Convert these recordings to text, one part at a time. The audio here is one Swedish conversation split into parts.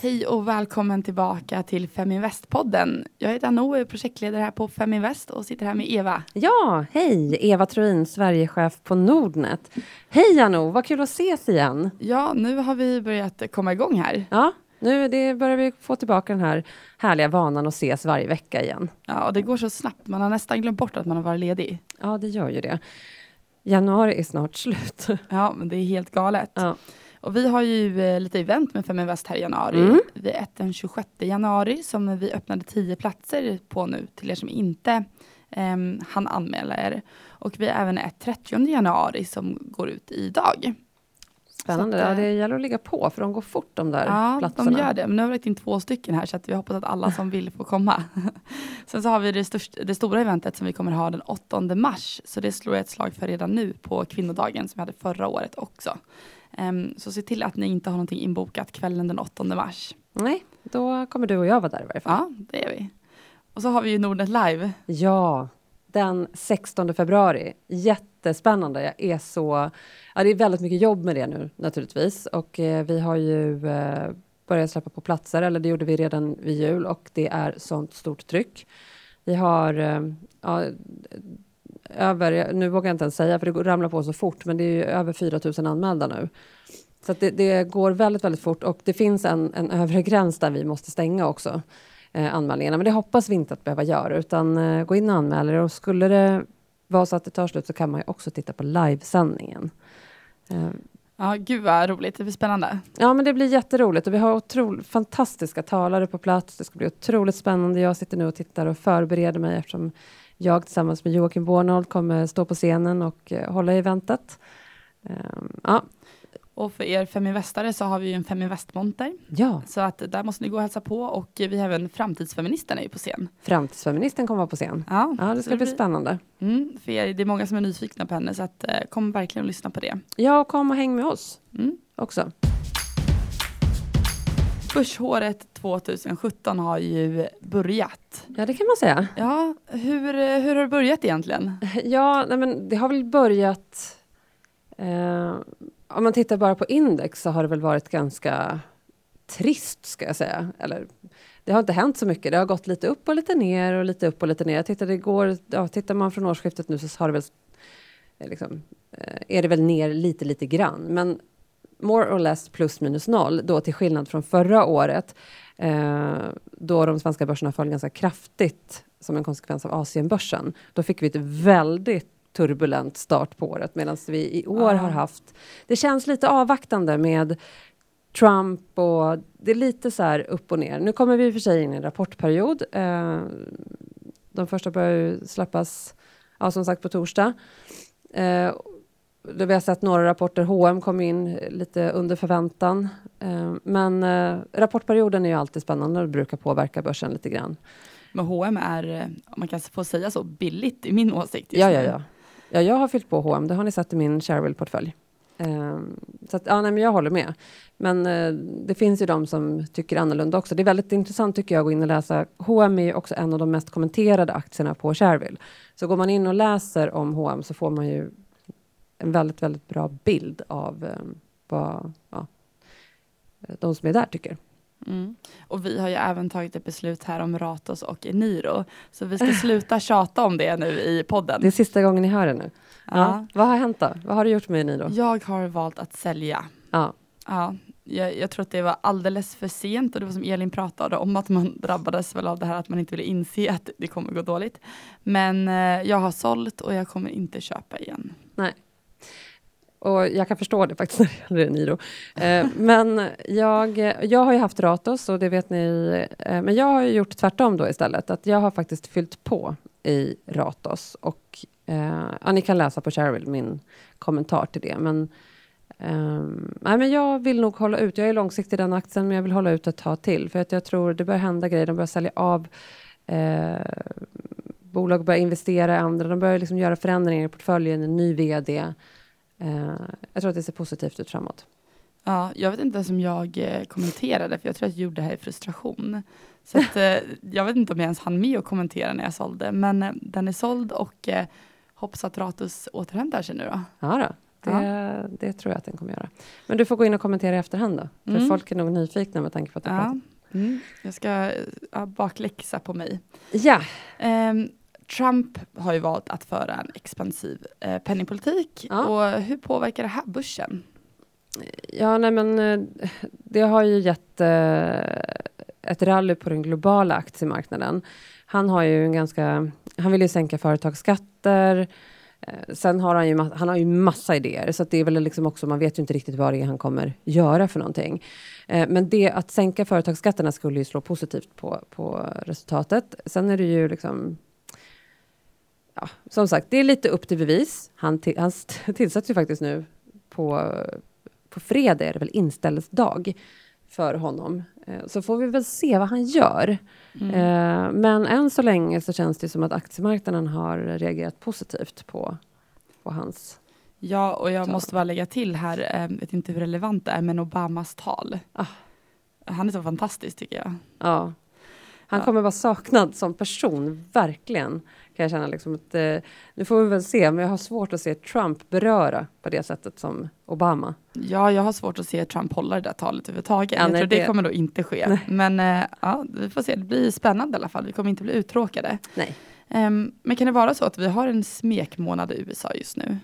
Hej och välkommen tillbaka till Feminvest-podden. Jag heter Anna och är projektledare här på Feminvest och sitter här med Eva. Ja, hej! Eva Troin, Sverigechef på Nordnet. Hej Anna, vad kul att ses igen. Ja, nu har vi börjat komma igång här. Ja, nu börjar vi få tillbaka den här härliga vanan att ses varje vecka igen. Ja, och det går så snabbt. Man har nästan glömt bort att man har varit ledig. Ja, det gör ju det. Januari är snart slut. Ja, men det är helt galet. Ja. Och vi har ju lite event med Feminvest här i januari. Vi är den 26 januari som vi öppnade 10 platser på nu till er som inte hann anmäla er. Och vi är även ett 30 januari som går ut idag. Spännande, att, det gäller att ligga på för de går fort de där platserna. Ja, de gör det. Men nu har vi lagt in 2 stycken här så att vi hoppas att alla som vill får komma. Sen så har vi det stora eventet som vi kommer ha den 8 mars. Så det slår jag ett slag för redan nu på kvinnodagen som vi hade förra året också. Så se till att ni inte har någonting inbokat kvällen den 8 mars. Nej, då kommer du och jag vara där i varje fall. Ja, det gör vi. Och så har vi ju Nordnet Live. Ja, den 16 februari. Jättespännande. Jag är så... Ja, det är väldigt mycket jobb med det nu naturligtvis. Och vi har ju börjat släppa på platser. Eller det gjorde vi redan vid jul. Och det är sånt stort tryck. Vi har nu vågar jag inte ens säga för det ramlar på så fort. Men det är ju över 4 000 anmälda nu. Så att det går väldigt, väldigt fort. Och det finns en övre gräns där vi måste stänga också. Anmälningarna. Men det hoppas vi inte att behöva göra. Utan gå in och anmäla er. Och skulle det vara så att det tar slut så kan man ju också titta på livesändningen. Ja, gud vad roligt. Det blir spännande. Ja, men det blir jätteroligt. Och vi har fantastiska talare på plats. Det ska bli otroligt spännande. Jag sitter nu och tittar och förbereder mig eftersom jag tillsammans med Joakim Bornold kommer stå på scenen och hålla i eventet. Ja. Och för er Feminvestare så har vi ju en Feminvestmonter. Ja. Så att där måste ni gå och hälsa på. Och vi har även Framtidsfeministen är ju på scen. Framtidsfeministen kommer vara på scen. Ja, det ska bli spännande. För er, det är många som är nyfikna på henne så att kom verkligen och lyssna på det. Ja, och kom och häng med oss också. Börsåret 2017 har ju börjat. Ja, det kan man säga. Ja, hur har det börjat egentligen? Ja, men det har väl börjat... om man tittar bara på index så har det väl varit ganska trist ska jag säga. Eller, det har inte hänt så mycket. Det har gått lite upp och lite ner och lite upp och lite ner. Jag tittade igår, tittar man från årsskiftet nu så har det väl är det väl ner lite grann. Men more or less plus minus noll då till skillnad från förra året då de svenska börserna föll ganska kraftigt som en konsekvens av Asienbörsen. Då fick vi ett väldigt turbulent start på året medan vi i år har haft... Det känns lite avvaktande med Trump och det är lite så här upp och ner. Nu kommer vi för sig in i en rapportperiod. De första börjar ju släppas som sagt på torsdag. Vi har sett några rapporter. H&M kom in lite under förväntan. Men rapportperioden är ju alltid spännande och brukar påverka börsen lite grann. Men H&M är, om man kan få säga så, billigt i min åsikt. Ja, jag har fyllt på H&M. Det har ni sett i min Sharewill-portfölj. Så att, men jag håller med. Men det finns ju de som tycker annorlunda också. Det är väldigt intressant tycker jag att gå in och läsa. H&M är ju också en av de mest kommenterade aktierna på Sharewill. Så går man in och läser om H&M så får man ju en väldigt, väldigt bra bild av vad de som är där tycker. Och vi har ju även tagit ett beslut här om Ratos och Eniro. Så vi ska sluta tjata om det nu i podden. Det är sista gången ni hör det nu. Ja. Vad har hänt då? Vad har du gjort med Eniro? Jag har valt att sälja. Ja. Jag tror att det var alldeles för sent. Och det var som Elin pratade om att man drabbades väl av det här att man inte ville inse att det kommer gå dåligt. Men jag har sålt och jag kommer inte köpa igen. Nej. Och jag kan förstå det faktiskt när det gäller Eniro. Men jag har ju haft Ratos och det vet ni. Men jag har ju gjort tvärtom då istället. Att jag har faktiskt fyllt på i Ratos. Och ni kan läsa på Sharewill min kommentar till det. Men jag vill nog hålla ut. Jag är långsiktig i den aktien men jag vill hålla ut ett tag till. För att jag tror det börjar hända grejer. De börjar sälja av bolag börjar investera i andra. De börjar liksom göra förändringar i portföljen. En ny vd. Jag tror att det ser positivt ut framåt. Ja, jag vet inte ens om jag kommenterade för jag tror att jag gjorde det här i frustration. Så att, jag vet inte om jag ens hann med att kommentera när jag sålde. Men den är såld och hoppas att Ratos återhämtar sig nu då. Ja då. Det tror jag att den kommer göra. Men du får gå in och kommentera i efterhand då. För folk är nog nyfikna med tanke på att du pratar. Jag ska bakläxa på mig. Ja. Trump har ju valt att föra en expansiv penningpolitik. Ja. Och hur påverkar det här börsen? Ja, nej men det har ju gett ett rally på den globala aktiemarknaden. Han vill ju sänka företagsskatter. Sen har han har ju massa idéer, så att det är väl liksom också, man vet ju inte riktigt vad det är han kommer göra för någonting. Men det att sänka företagsskatterna skulle ju slå positivt på resultatet. Sen är det ju liksom, ja, som sagt, det är lite upp till bevis. Han tillsätts ju faktiskt nu på fredag, är det väl inställelsedag för honom. Så får vi väl se vad han gör. Men än så länge så känns det som att aktiemarknaden har reagerat positivt på hans... Ja, och jag måste bara lägga till här, vet inte hur relevant det är, men Obamas tal. Han är så fantastisk, tycker jag. Ja. Han kommer vara saknad som person, verkligen. Kan jag känna liksom att, nu får vi väl se, men jag har svårt att se Trump beröra på det sättet som Obama. Ja, jag har svårt att se Trump hålla det där talet överhuvudtaget. Jag tror det kommer då inte ske. Nej. Men vi får se, det blir spännande i alla fall. Vi kommer inte bli uttråkade. Nej. Men kan det vara så att vi har en smekmånad i USA just nu?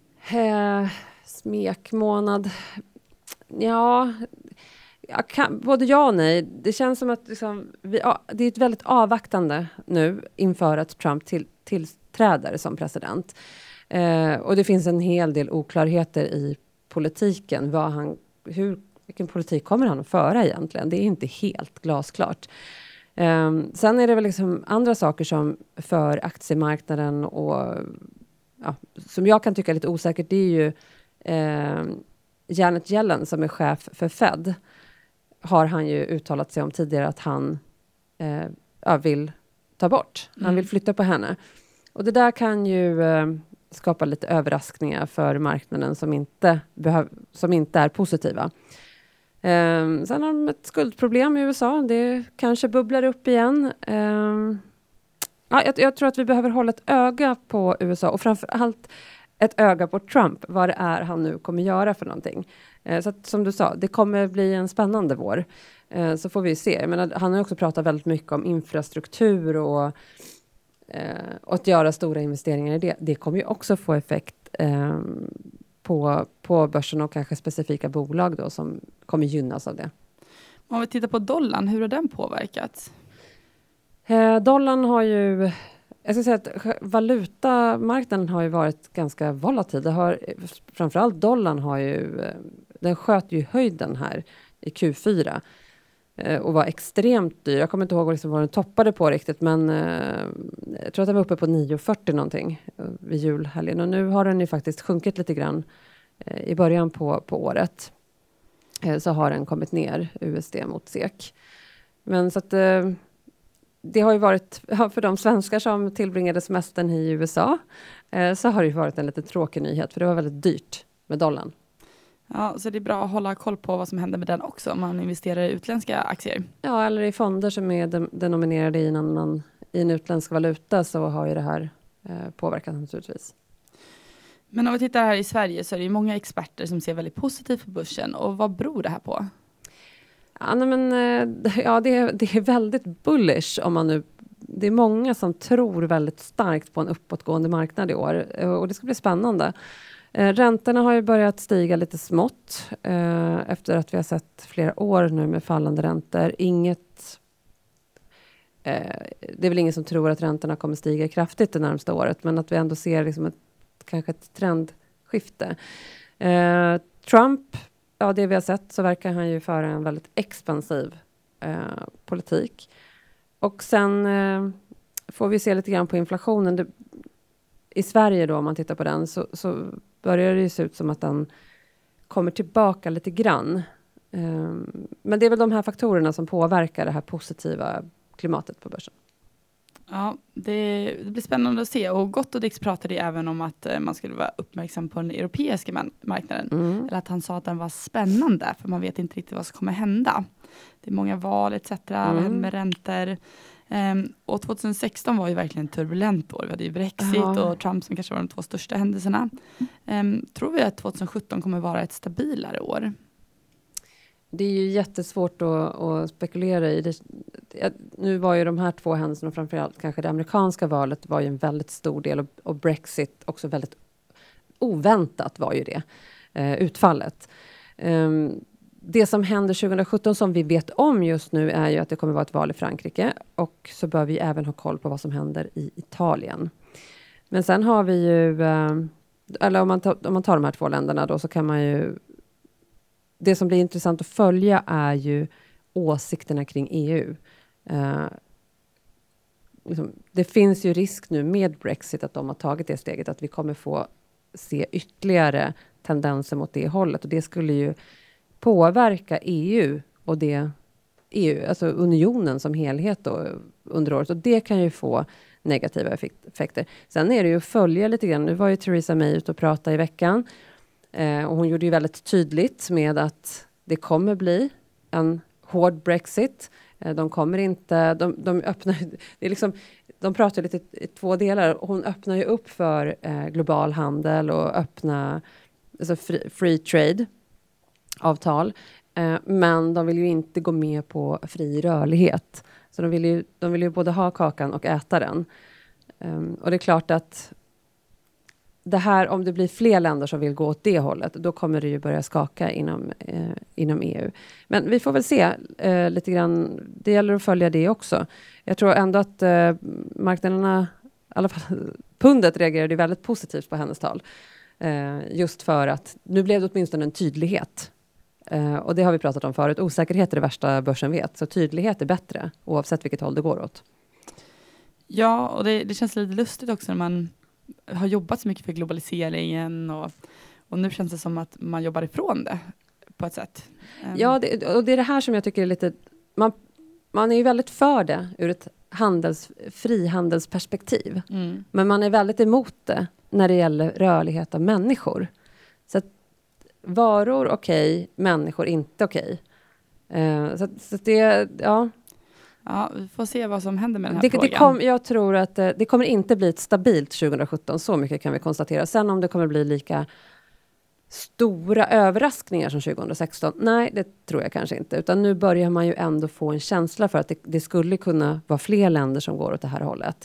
Smekmånad? Ja... både ja och nej. Det känns som att liksom, det är ett väldigt avvaktande nu inför att Trump tillträder som president. Och det finns en hel del oklarheter i politiken. Vilken politik kommer han att föra egentligen? Det är inte helt glasklart. Sen är det väl liksom andra saker som för aktiemarknaden och som jag kan tycka är lite osäkert. Det är ju Janet Yellen som är chef för Fed. Har han ju uttalat sig om tidigare att han vill ta bort. Han vill flytta på henne. Och det där kan ju skapa lite överraskningar för marknaden som inte är positiva. Sen har de ett skuldproblem i USA. Det kanske bubblar upp igen. Jag tror att vi behöver hålla ett öga på USA och framförallt ett öga på Trump, vad det är han nu kommer göra för någonting. Så att, som du sa, det kommer bli en spännande vår. Så får vi se. Men han har också pratat väldigt mycket om infrastruktur och att göra stora investeringar i det. Det kommer ju också få effekt på börsen och kanske specifika bolag då som kommer gynnas av det. Om vi tittar på dollarn, hur har den påverkats? Dollarn har ju... Jag ska säga att valutamarknaden har ju varit ganska volatil. Framförallt dollarn har ju... Den sköt ju höjden här i Q4 och var extremt dyr. Jag kommer inte ihåg liksom vad den toppade på riktigt, men jag tror att den var uppe på 9,40 någonting vid julhelgen. Och nu har den ju faktiskt sjunkit lite grann i början på året. Så har den kommit ner, USD mot SEK. Men så att... Det har ju varit, för de svenskar som tillbringade semestern i USA, så har det ju varit en lite tråkig nyhet, för det var väldigt dyrt med dollarn. Ja, så det är bra att hålla koll på vad som händer med den också om man investerar i utländska aktier. Ja, eller i fonder som är denominerade i en utländsk valuta, så har ju det här påverkat naturligtvis. Men om vi tittar här i Sverige så är det ju många experter som ser väldigt positivt på börsen. Och vad beror det här på? Ja, det är väldigt bullish det är många som tror väldigt starkt på en uppåtgående marknad i år och det ska bli spännande. Räntorna har ju börjat stiga lite smått efter att vi har sett flera år nu med fallande räntor. Det är väl ingen som tror att räntorna kommer stiga kraftigt det närmaste året, men att vi ändå ser liksom kanske ett trendskifte. Trump, ja, det vi har sett så verkar han ju föra en väldigt expansiv politik. Och sen får vi se lite grann på inflationen. I Sverige då, om man tittar på den, så börjar det ju se ut som att den kommer tillbaka lite grann. Men det är väl de här faktorerna som påverkar det här positiva klimatet på börsen. Ja, det blir spännande att se. Och Gottodix pratade även om att man skulle vara uppmärksam på den europeiska marknaden. Eller att han sa att den var spännande, för man vet inte riktigt vad som kommer hända. Det är många val etc. Vad händer med räntor? Och 2016 var ju verkligen ett turbulent år. Vi hade ju Brexit och Trump som kanske var de 2 största händelserna. Tror vi att 2017 kommer vara ett stabilare år? Det är ju jättesvårt att spekulera i. Nu var ju de här 2 händelserna, framförallt kanske det amerikanska valet, var ju en väldigt stor del. Och Brexit också väldigt oväntat var ju det utfallet. Det som händer 2017 som vi vet om just nu är ju att det kommer vara ett val i Frankrike. Och så bör vi även ha koll på vad som händer i Italien. Men sen har vi ju, eller om man tar de här 2 länderna då, så kan man ju, det som blir intressant att följa är ju åsikterna kring EU. Det finns ju risk nu med Brexit att de har tagit det steget att vi kommer få se ytterligare tendenser mot det hållet. Och det skulle ju påverka EU och alltså unionen som helhet då, under året. Och det kan ju få negativa effekter. Sen är det ju att följa lite grann. Nu var ju Theresa May ute och pratade i veckan. Och hon gjorde ju väldigt tydligt med att det kommer bli en hård Brexit. De kommer inte, de öppnar, det är liksom, de pratar lite i 2 delar. Hon öppnar ju upp för global handel och öppna alltså free trade avtal. Men de vill ju inte gå med på fri rörlighet. Så de vill ju både ha kakan och äta den. Och det är klart att det här, om det blir fler länder som vill gå åt det hållet, då kommer det ju börja skaka inom EU. Men vi får väl se lite grann. Det gäller att följa det också. Jag tror ändå att marknaderna, i alla fall pundet, reagerade väldigt positivt på hennes tal. Just för att nu blev det åtminstone en tydlighet. Och det har vi pratat om förut. Osäkerhet är det värsta börsen vet. Så tydlighet är bättre oavsett vilket håll det går åt. Ja, och det känns lite lustigt också när man har jobbat så mycket för globaliseringen och nu känns det som att man jobbar ifrån det på ett sätt. Ja, och det är det här som jag tycker är lite... Man är ju väldigt för det ur ett frihandelsperspektiv. Men man är väldigt emot det när det gäller rörlighet av människor. Så att varor okej, människor inte okej. Så det, ja... Ja, vi får se vad som händer med den här frågan. Jag tror att det kommer inte bli ett stabilt 2017. Så mycket kan vi konstatera. Sen om det kommer bli lika stora överraskningar som 2016. Nej, det tror jag kanske inte. Utan nu börjar man ju ändå få en känsla för att det skulle kunna vara fler länder som går åt det här hållet.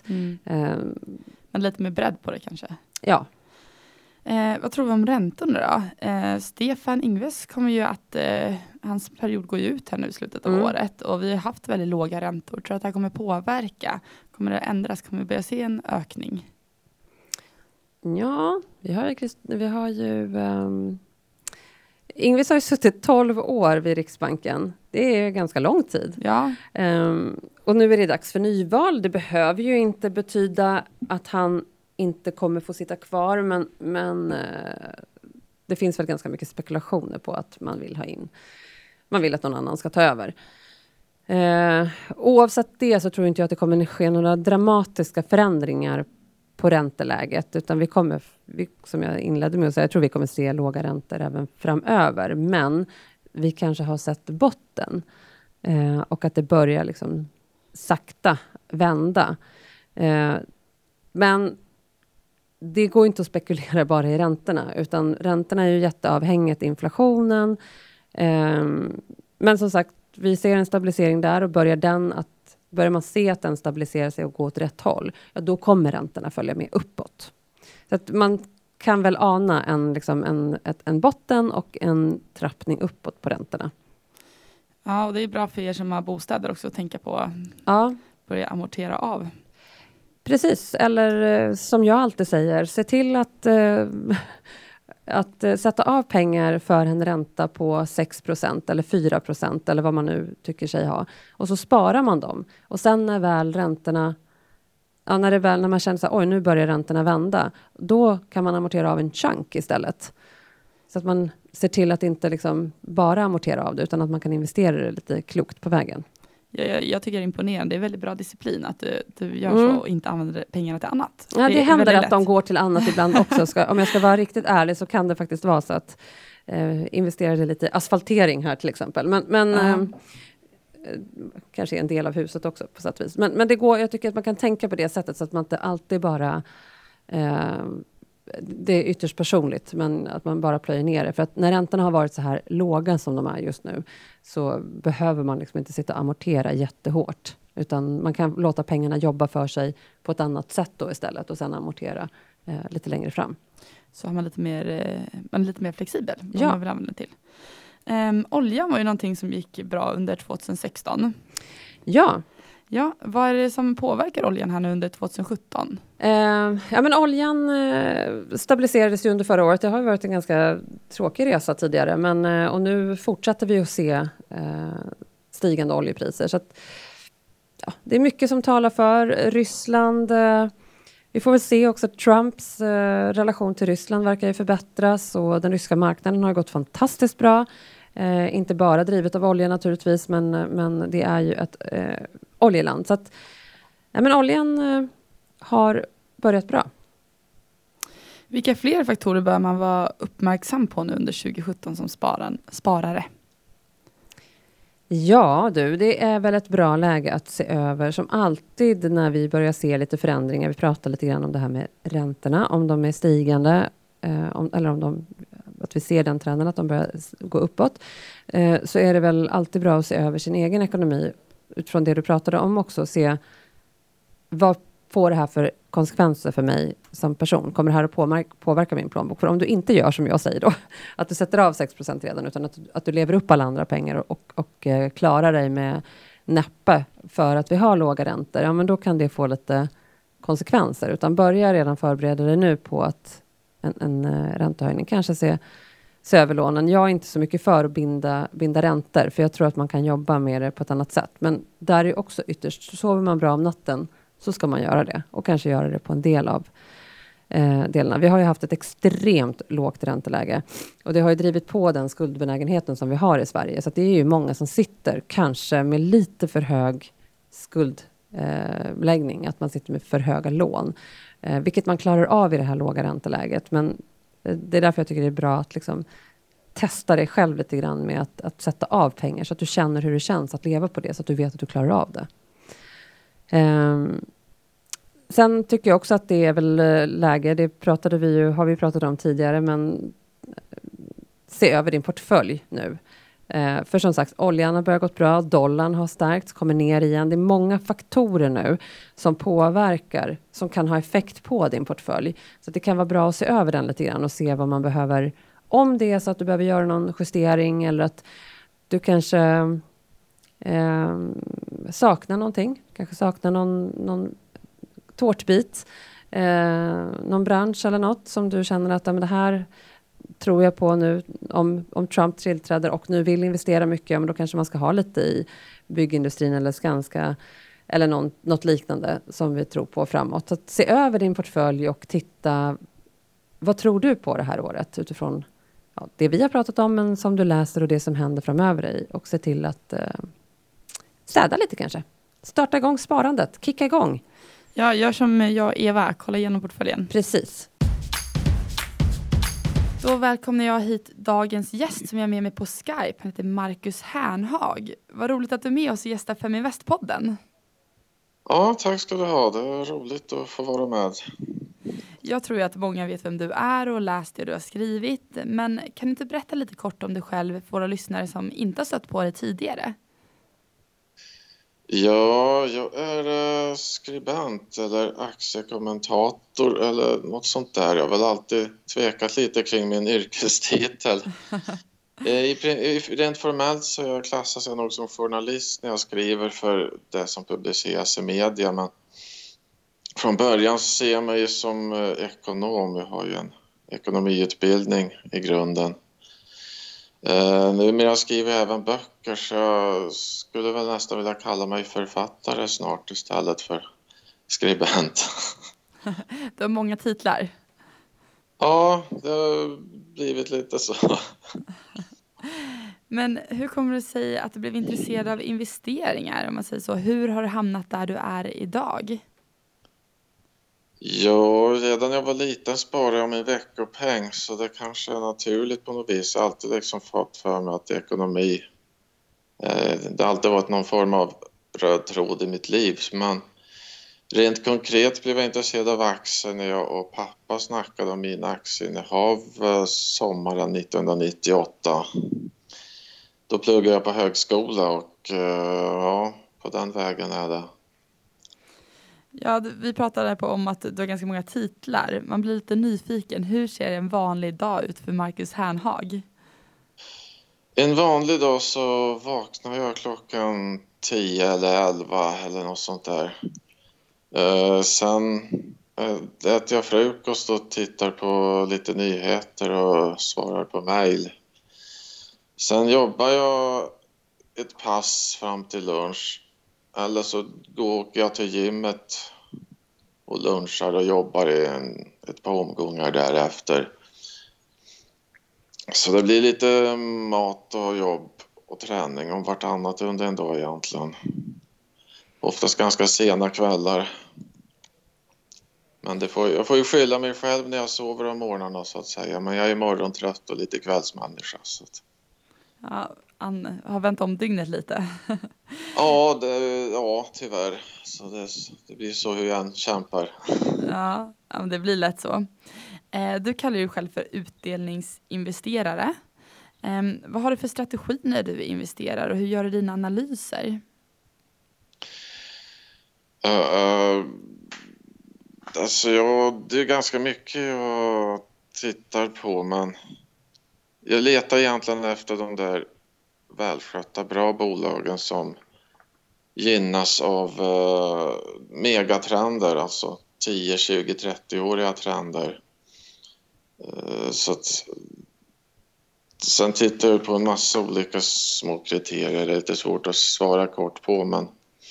Men lite mer bredd på det kanske. Ja. Vad tror vi om räntorna då? Stefan Ingves kommer ju att hans period går ju ut här nu i slutet av året och vi har haft väldigt låga räntor. Tror att det här kommer påverka? Kommer det ändras? Kommer vi börja se en ökning? Ja, vi har ju Ingves har ju suttit 12 år vid Riksbanken. Det är ganska lång tid. Ja. Och nu är det dags för nyval. Det behöver ju inte betyda att han inte kommer få sitta kvar, men det finns väl ganska mycket spekulationer på att man vill att någon annan ska ta över. Oavsett det så tror inte jag att det kommer ske några dramatiska förändringar på ränteläget, utan vi kommer, som jag inledde med att säga, jag tror vi kommer se låga räntor även framöver, men vi kanske har sett botten och att det börjar liksom sakta vända. Men det går inte att spekulera bara i räntorna, utan räntorna är ju jätteavhängigt inflationen. Men som sagt, vi ser en stabilisering där och börjar man se att den stabiliserar sig och går åt rätt håll, ja, då kommer räntorna följa med uppåt. Så att man kan väl ana en botten och en trappning uppåt på räntorna. Ja, och det är bra för er som har bostäder också att tänka på börja amortera av. Precis, eller som jag alltid säger, se till att sätta av pengar för en ränta på 6% eller 4% eller vad man nu tycker sig ha. Och så sparar man dem. Och sen när väl räntorna, när man känner så här, oj, nu börjar räntorna vända, då kan man amortera av en chunk istället. Så att man ser till att inte liksom bara amortera av det, utan att man kan investera det lite klokt på vägen. Jag tycker det är imponerande. Det är väldigt bra disciplin att du gör så och inte använder pengarna till annat. Ja, det händer att de går till annat ibland också. Om jag ska vara riktigt ärlig så kan det faktiskt vara så att investera i lite asfaltering här till exempel. Men kanske är en del av huset också på sätt och vis. Men det går, jag tycker att man kan tänka på det sättet så att man inte alltid bara det är ytterst personligt, men att man bara plöjer ner det. För att när räntorna har varit så här låga som de är just nu, så behöver man liksom inte sitta och amortera jättehårt. Utan man kan låta pengarna jobba för sig på ett annat sätt då istället och sen amortera lite längre fram. Så har man man är lite mer flexibel vad Ja. man vill använda till. Oljan var ju någonting som gick bra under 2016. Ja. Ja, vad är det som påverkar oljan här nu under 2017? Ja, men oljan stabiliserades ju under förra året. Det har ju varit en ganska tråkig resa tidigare. Men, och nu fortsätter vi att se stigande oljepriser. Så att, ja, det är mycket som talar för Ryssland. Vi får väl se också att Trumps relation till Ryssland verkar ju förbättras. Och den ryska marknaden har gått fantastiskt bra. Inte bara drivet av olja naturligtvis, men det är ju ett oljeland. Så att, ja, men oljan har börjat bra. Vilka fler faktorer bör man vara uppmärksam på nu under 2017 som sparare? Ja du, det är väl ett bra läge att se över, som alltid när vi börjar se lite förändringar. Vi pratar lite grann om det här med räntorna, om de är stigande eller om att vi ser den trenden att de börjar gå uppåt, så är det väl alltid bra att se över sin egen ekonomi utifrån det du pratade om också. Se vad får det här för konsekvenser för mig som person? Kommer det här att påverka min plånbok? För om du inte gör som jag säger då, att du sätter av 6% redan, utan att du lever upp alla andra pengar och klarar dig med näppe för att vi har låga räntor, ja men då kan det få lite konsekvenser. Utan börja redan förbereda dig nu på att en räntehöjning kanske se över lånen. Jag är inte så mycket för att binda räntor, för jag tror att man kan jobba med det på ett annat sätt. Men där är också ytterst, så sover man bra om natten så ska man göra det. Och kanske göra det på en del av delarna. Vi har ju haft ett extremt lågt ränteläge. Och det har ju drivit på den skuldbenägenheten som vi har i Sverige. Så att det är ju många som sitter kanske med lite för hög skuldläggning. Att man sitter med för höga lån. Vilket man klarar av i det här låga ränteläget. Men det är därför jag tycker det är bra att liksom testa dig själv lite grann med att sätta av pengar. Så att du känner hur det känns att leva på det. Så att du vet att du klarar av det. Sen tycker jag också att det är väl läge, det har vi pratat om tidigare, men se över din portfölj nu. För som sagt, oljan har börjat gått bra, dollarn har stärkts, kommer ner igen. Det är många faktorer nu som påverkar, som kan ha effekt på din portfölj. Så det kan vara bra att se över den lite grann och se vad man behöver, om det är så att du behöver göra någon justering eller att du kanske saknar någonting. Kanske saknar någon tårtbit, någon bransch eller något som du känner att det här tror jag på nu om Trump tillträder och nu vill investera mycket, men då kanske man ska ha lite i byggindustrin eller Skanska eller något liknande som vi tror på framåt. Så att se över din portfölj och titta, vad tror du på det här året utifrån det vi har pratat om, men som du läser och det som händer framöver i, och se till att städa lite kanske. Starta igång sparandet, kicka igång. Ja, gör som jag och Eva, kolla igenom portföljen. Precis. Då välkomnar jag hit dagens gäst som jag är med mig på Skype. Han heter Marcus Hernhag. Vad roligt att du är med oss och gästar Feminvest-podden. Ja, tack ska du ha. Det är roligt att få vara med. Jag tror ju att många vet vem du är och läst det du har skrivit. Men kan du inte berätta lite kort om dig själv för våra lyssnare som inte har stött på dig tidigare? Ja, jag är skribent eller aktiekommentator eller något sånt där. Jag har väl alltid tvekat lite kring min yrkestitel. Rent formellt så klassas jag nog som journalist när jag skriver för det som publiceras i media. Men från början ser jag mig som ekonom. Jag har ju en ekonomiutbildning i grunden. Numera skriver jag även böcker, så jag skulle väl nästan vilja kalla mig författare snart istället för skribent. Du har många titlar. Ja, det har blivit lite så. Men hur kommer det sig att du blev intresserad av investeringar, om man säger så? Hur har du hamnat där du är idag? Ja, redan när jag var liten sparade jag min veckopeng, så det kanske är naturligt på något vis. Jag har alltid liksom fått för mig att ekonomi Det har alltid varit någon form av röd tråd i mitt liv. Men rent konkret blev jag intresserad av aktier när jag och pappa snackade om mina aktieinnehav sommaren 1998. Då pluggade jag på högskola och ja, på den vägen är det. Ja, vi pratade om att du har ganska många titlar. Man blir lite nyfiken. Hur ser en vanlig dag ut för Marcus Hernhag? En vanlig dag så vaknar jag klockan 10 eller 11 eller något sånt där. Sen äter jag frukost och tittar på lite nyheter och svarar på mejl. Sen jobbar jag ett pass fram till lunch. Eller så åker jag till gymmet och lunchar och jobbar ett par omgångar därefter. Så det blir lite mat och jobb och träning om vartannat under en dag egentligen. Oftast ganska sena kvällar. Men jag får ju skylla mig själv när jag sover om morgnarna så att säga. Men jag är morgontrött och lite kvällsmänniska. Så att... Ja, Ann har vänt om dygnet lite. Ja, tyvärr. Så det blir så hur jag än kämpar. Ja, men det blir lätt så. Du kallar dig själv för utdelningsinvesterare. Vad har du för strategi när du investerar och hur gör du dina analyser? Alltså det är ganska mycket jag tittar på, men jag letar egentligen efter de där välskötta, bra bolagen som gynnas av megatrender, alltså 10, 20, 30-åriga trender. Så att, sen tittar jag på en massa olika små kriterier, det är lite svårt att svara kort på, men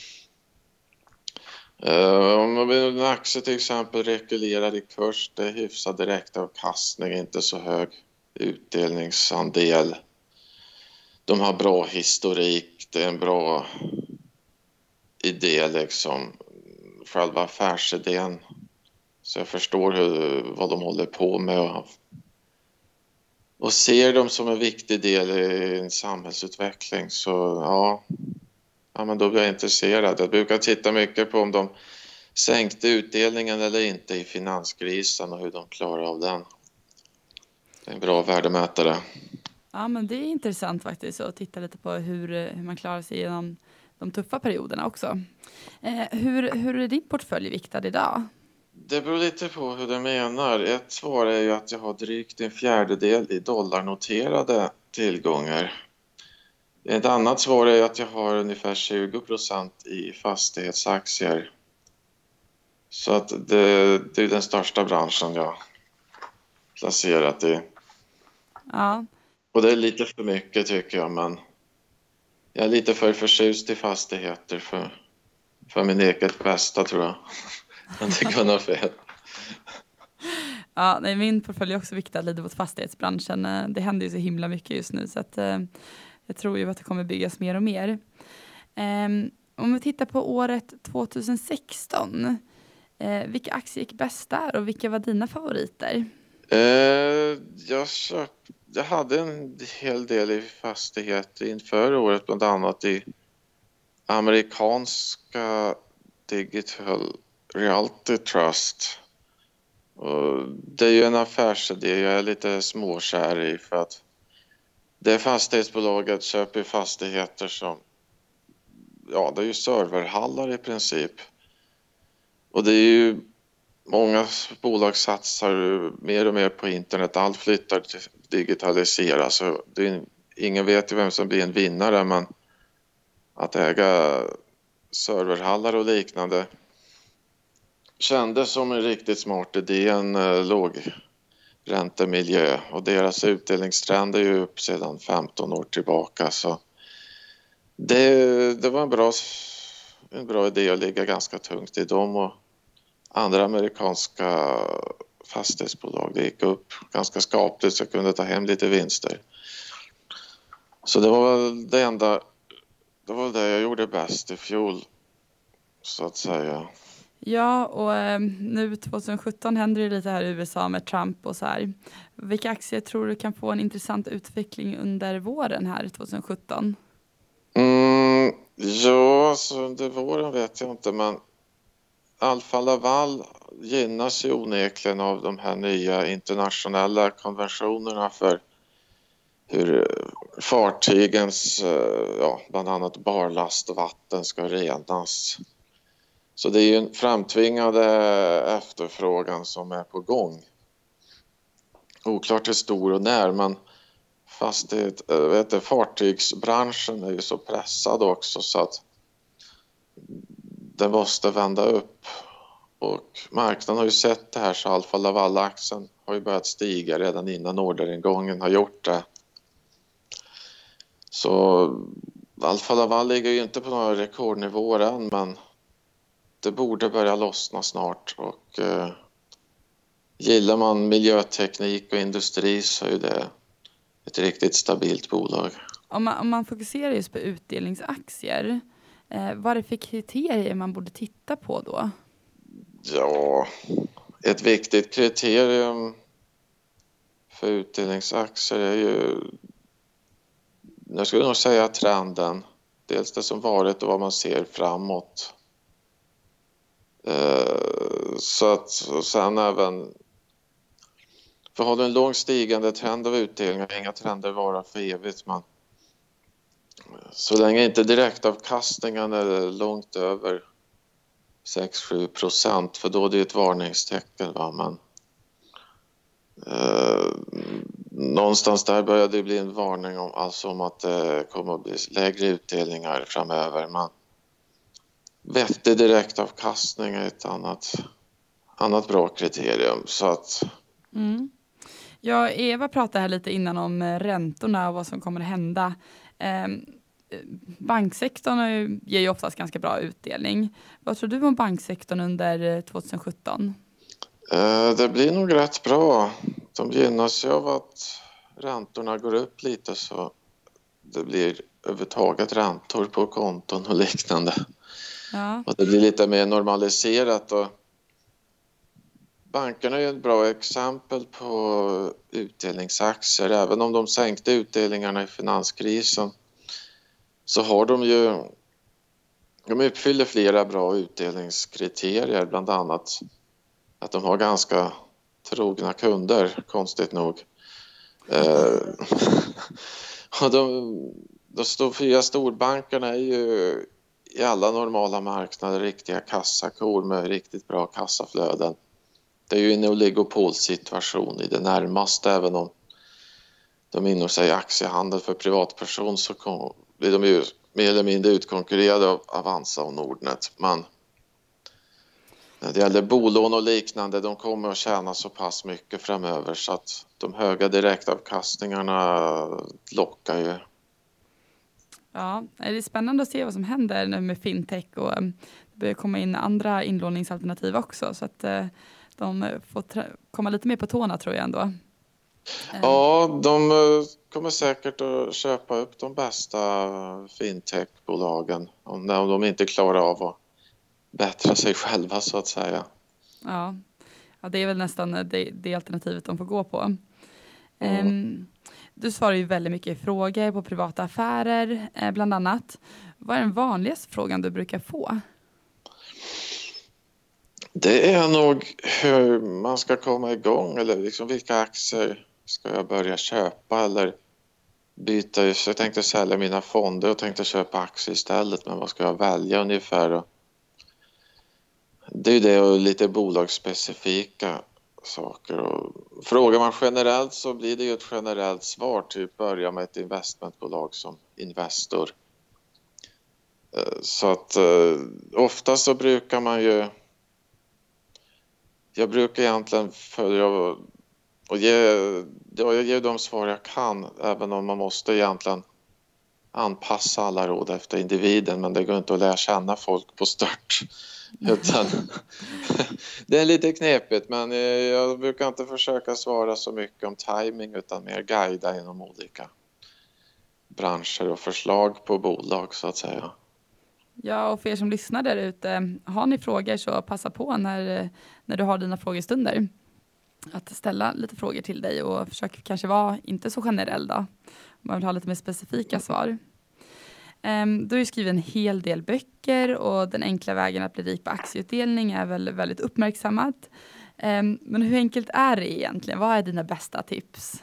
om en aktie till exempel rekylerar i kurs, det är hyfsad direktavkastning, inte så hög utdelningsandel. De har bra historik, det är en bra idé liksom, själva affärsidén. Så jag förstår vad de håller på med och ser dem som en viktig del i en samhällsutveckling. Så ja, men då blir jag intresserad. Jag brukar titta mycket på om de sänkte utdelningen eller inte i finanskrisen och hur de klarar av den. Det är en bra värdemätare. Ja, men det är intressant faktiskt att titta lite på hur man klarar sig genom de tuffa perioderna också. Hur är din portfölj viktad idag? Det beror lite på hur du menar. Ett svar är ju att jag har drygt 1/4 i dollarnoterade tillgångar. Ett annat svar är att jag har ungefär 20% i fastighetsaktier. Så att det är den största branschen jag placerat i. Ja. Och det är lite för mycket tycker jag, men jag är lite för förtjust i fastigheter för min eget bästa tror jag. Men det kan vara fel. Ja, nej, min portfölj är också viktad lite mot fastighetsbranschen. Det händer ju så himla mycket just nu så att jag tror ju att det kommer byggas mer och mer. Om vi tittar på året 2016, vilka aktier gick bäst där och vilka var dina favoriter? Jag hade en hel del i fastigheter inför året, bland annat i amerikanska Digital Realty Trust. Och det är ju en affärsidé jag är lite småkär i för att det fastighetsbolaget köper fastigheter som, ja, det är ju serverhallar i princip. Och det är ju många bolag satsar mer och mer på internet, allt flyttar till digitalisera så ingen vet ju vem som blir en vinnare, men att äga serverhallar och liknande kändes som en riktigt smart idé, en låg räntemiljö och deras utdelningstrend är ju upp sedan 15 år tillbaka så det var en bra idé att ligga ganska tungt i dem och andra amerikanska fastighetsbolag. Det gick upp ganska skapligt så jag kunde ta hem lite vinster. Så det var väl det var det jag gjorde bäst i fjol så att säga. Ja, och nu 2017 händer det lite här i USA med Trump och så här. Vilka aktier tror du kan få en intressant utveckling under våren här 2017? Ja, alltså under våren vet jag inte, men Alfa Laval gynnas ju onekligen av de här nya internationella konventionerna för hur fartygens, bland annat barlastvatten ska renas. Så det är ju en framtvingad efterfrågan som är på gång. Oklart hur stor och när, men fartygsbranschen är ju så pressad också så att den måste vända upp. Och marknaden har ju sett det här, så Alfa Laval-aktien har ju börjat stiga redan innan orderingången har gjort det. Så Alfa Laval ligger ju inte på några rekordnivåer än, men det borde börja lossna snart. Och gillar man miljöteknik och industri så är det ett riktigt stabilt bolag. Om man fokuserar just på utdelningsaktier, vad är det för kriterier man borde titta på då? Ja, ett viktigt kriterium för utdelningsaktier är ju, jag skulle nog säga trenden. Dels det som varit och vad man ser framåt. Så att, och sen även, för har du en lång stigande trend av utdelningar, inga trender varar för evigt, men så länge inte direktavkastningen är långt över 6-7%, för då är det ett varningstecken. Va? Men någonstans där börjar det bli en varning om att det kommer att bli lägre utdelningar framöver. Men vettig direktavkastning är ett annat bra kriterium. Så att... Ja, Eva pratade här lite innan om räntorna och vad som kommer att hända. Banksektorn ger ju oftast ganska bra utdelning. Vad tror du om banksektorn under 2017? Det blir nog rätt bra. De gynnas ju av att räntorna går upp lite, så det blir övertaget räntor på konton och liknande. Ja. Och det blir lite mer normaliserat. Och bankerna är ju ett bra exempel på utdelningsaktier. Även om de sänkte utdelningarna i finanskrisen så har de uppfyller flera bra utdelningskriterier, bland annat att de har ganska trogna kunder, konstigt nog. Och de fyra storbankerna är ju i alla normala marknader riktiga kassakor med riktigt bra kassaflöden. Det är ju en oligopolsituation i det närmaste, även om de inom sig aktiehandel för privatperson så blir de ju mer eller mindre utkonkurrerade av Avanza och Nordnet. Men när det gäller bolån och liknande, de kommer att tjäna så pass mycket framöver så att de höga direktavkastningarna lockar ju. Ja, det är spännande att se vad som händer nu med fintech, och det börjar komma in andra inlåningsalternativ också, så att de får komma lite mer på tårna, tror jag ändå. Ja, de kommer säkert att köpa upp de bästa fintechbolagen om de inte klarar av att bättra sig själva, så att säga. Ja, det är väl nästan det alternativet de får gå på. Du svarar ju väldigt mycket frågor på privata affärer, bland annat. Vad är den vanligaste frågan du brukar få? Det är nog hur man ska komma igång, eller liksom vilka aktier ska jag börja köpa eller byta. Så jag tänkte sälja mina fonder och tänkte köpa aktier istället, men vad ska jag välja ungefär? Det är ju det, och lite bolagsspecifika saker. Och frågar man generellt så blir det ju ett generellt svar, typ börja med ett investmentbolag som Investor. Så att ofta så brukar man ju, jag brukar egentligen följa och jag ger de svar jag kan, även om man måste egentligen anpassa alla råd efter individen, men det går inte att lära känna folk på stört. Utan det är lite knepigt, men jag brukar inte försöka svara så mycket om timing utan mer guida inom olika branscher och förslag på bolag, så att säga. Ja, och för er som lyssnar där ute, har ni frågor så passa på när du har dina frågestunder att ställa lite frågor till dig, och försök kanske vara inte så generell då. Man vill ha lite mer specifika svar. Du har ju skrivit en hel del böcker och den enkla vägen att bli rik på aktieutdelning är väl väldigt uppmärksammat. Men hur enkelt är det egentligen? Vad är dina bästa tips?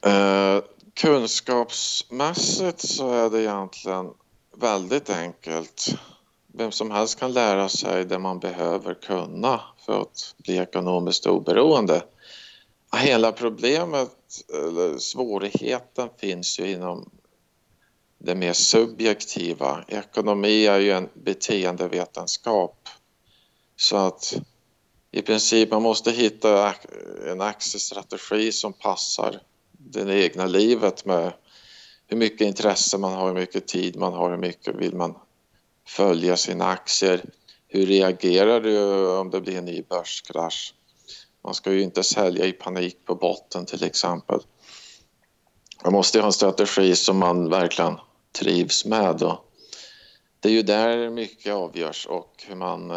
Kunskapsmässigt så är det egentligen väldigt enkelt. Vem som helst kan lära sig det man behöver kunna för att bli ekonomiskt oberoende. Hela problemet, eller svårigheten, finns ju inom det mer subjektiva. Ekonomi är ju en beteendevetenskap. Så att i princip man måste hitta en aktiestrategi som passar det egna livet med hur mycket intresse man har, hur mycket tid man har, hur mycket vill man följa sina aktier. Hur reagerar du om det blir en ny börskrasch? Man ska ju inte sälja i panik på botten till exempel. Man måste ha en strategi som man verkligen trivs med. Och det är ju där mycket avgörs och hur man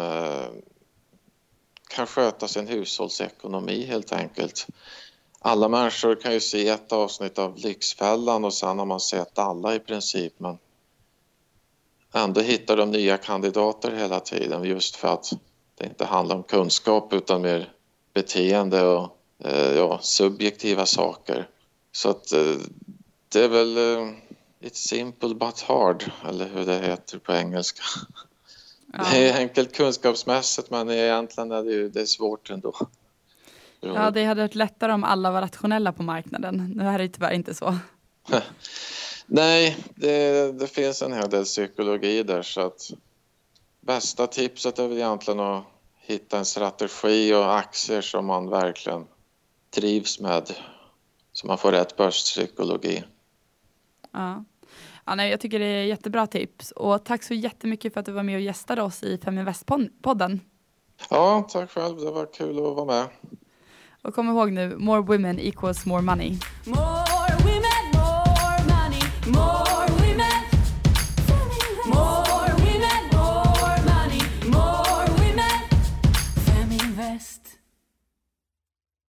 kan sköta sin hushållsekonomi helt enkelt. Alla människor kan ju se ett avsnitt av Lyxfällan och sen har man sett alla i princip, men ändå hittar de nya kandidater hela tiden just för att det inte handlar om kunskap utan mer beteende och subjektiva saker. Så att det är väl it's simple but hard, eller hur det heter på engelska. Ja. Det är enkelt kunskapsmässigt, men egentligen är det är svårt ändå. Ja, det hade varit lättare om alla var rationella på marknaden. Nu är det tyvärr inte så. Nej, det finns en hel del psykologi där, så att bästa tipset är väl egentligen att hitta en strategi och aktier som man verkligen trivs med, så man får rätt börspsykologi. Ja. Ja, nej, jag tycker det är jättebra tips. Och tack så jättemycket för att du var med och gästade oss i Feminvest-podden. Ja, tack själv. Det var kul att vara med. Och kom ihåg nu, more women equals more money.